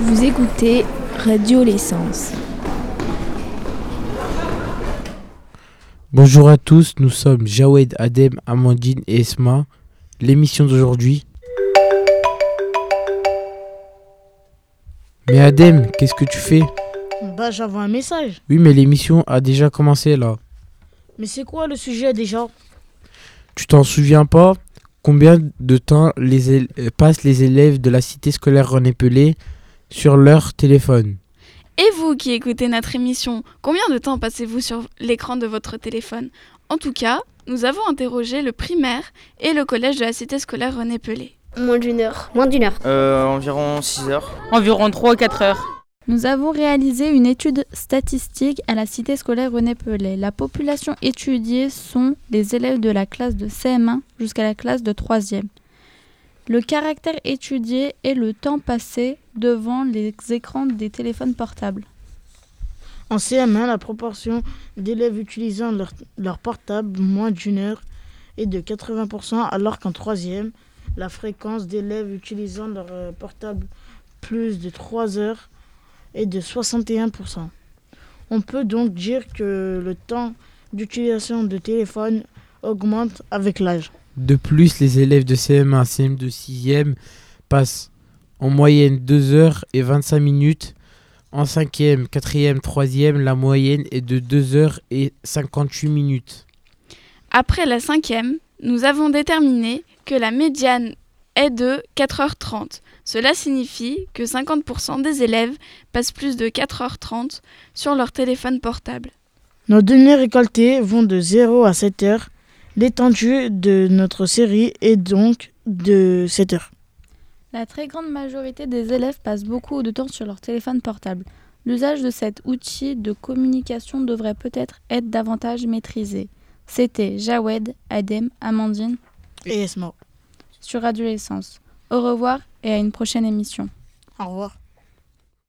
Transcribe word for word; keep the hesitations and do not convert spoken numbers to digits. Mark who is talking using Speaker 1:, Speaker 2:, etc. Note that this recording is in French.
Speaker 1: Vous écoutez Radio L'Essence.
Speaker 2: Bonjour à tous, nous sommes Jawed, Adem, Amandine et Esma. L'émission d'aujourd'hui. Mais Adem, qu'est-ce que tu fais ?
Speaker 3: Bah j'envoie un message.
Speaker 2: Oui, mais l'émission a déjà commencé là.
Speaker 3: Mais c'est quoi le sujet déjà ?
Speaker 2: Tu t'en souviens pas ? Combien de temps les éle- euh, passent les élèves de la cité scolaire René Pelé sur leur téléphone ?
Speaker 4: Et vous qui écoutez notre émission, combien de temps passez-vous sur l'écran de votre téléphone ? En tout cas, nous avons interrogé le primaire et le collège de la cité scolaire René Pelé.
Speaker 5: Moins d'une heure.
Speaker 6: Moins d'une heure.
Speaker 7: Euh, environ six heures.
Speaker 8: Environ trois à quatre heures.
Speaker 9: Nous avons réalisé une étude statistique à la cité scolaire René Pelé. La population étudiée sont les élèves de la classe de C M un jusqu'à la classe de troisième. Le caractère étudié est le temps passé devant les écrans des téléphones portables.
Speaker 3: En C M un, la proportion d'élèves utilisant leur, leur portable moins d'une heure est de quatre-vingts pour cent, alors qu'en troisième, la fréquence d'élèves utilisant leur euh, portable plus de trois heures est de soixante et un pour cent. On peut donc dire que le temps d'utilisation de téléphone augmente avec l'âge.
Speaker 2: De plus, les élèves de C M un, C M deux, sixième passent en moyenne deux heures et vingt-cinq minutes. En cinquième, quatrième, troisième, la moyenne est de deux heures et cinquante-huit minutes.
Speaker 4: Après la cinquième, nous avons déterminé que la médiane est de quatre heures trente. Cela signifie que cinquante pour cent des élèves passent plus de quatre heures trente sur leur téléphone portable.
Speaker 3: Nos données récoltées vont de zéro à sept heures. L'étendue de notre série est donc de sept heures.
Speaker 9: La très grande majorité des élèves passent beaucoup de temps sur leur téléphone portable. L'usage de cet outil de communication devrait peut-être être davantage maîtrisé. C'était Jawed, Adem, Amandine
Speaker 3: et Esma
Speaker 9: sur Radio L'Essence. Au revoir et à une prochaine émission.
Speaker 3: Au revoir.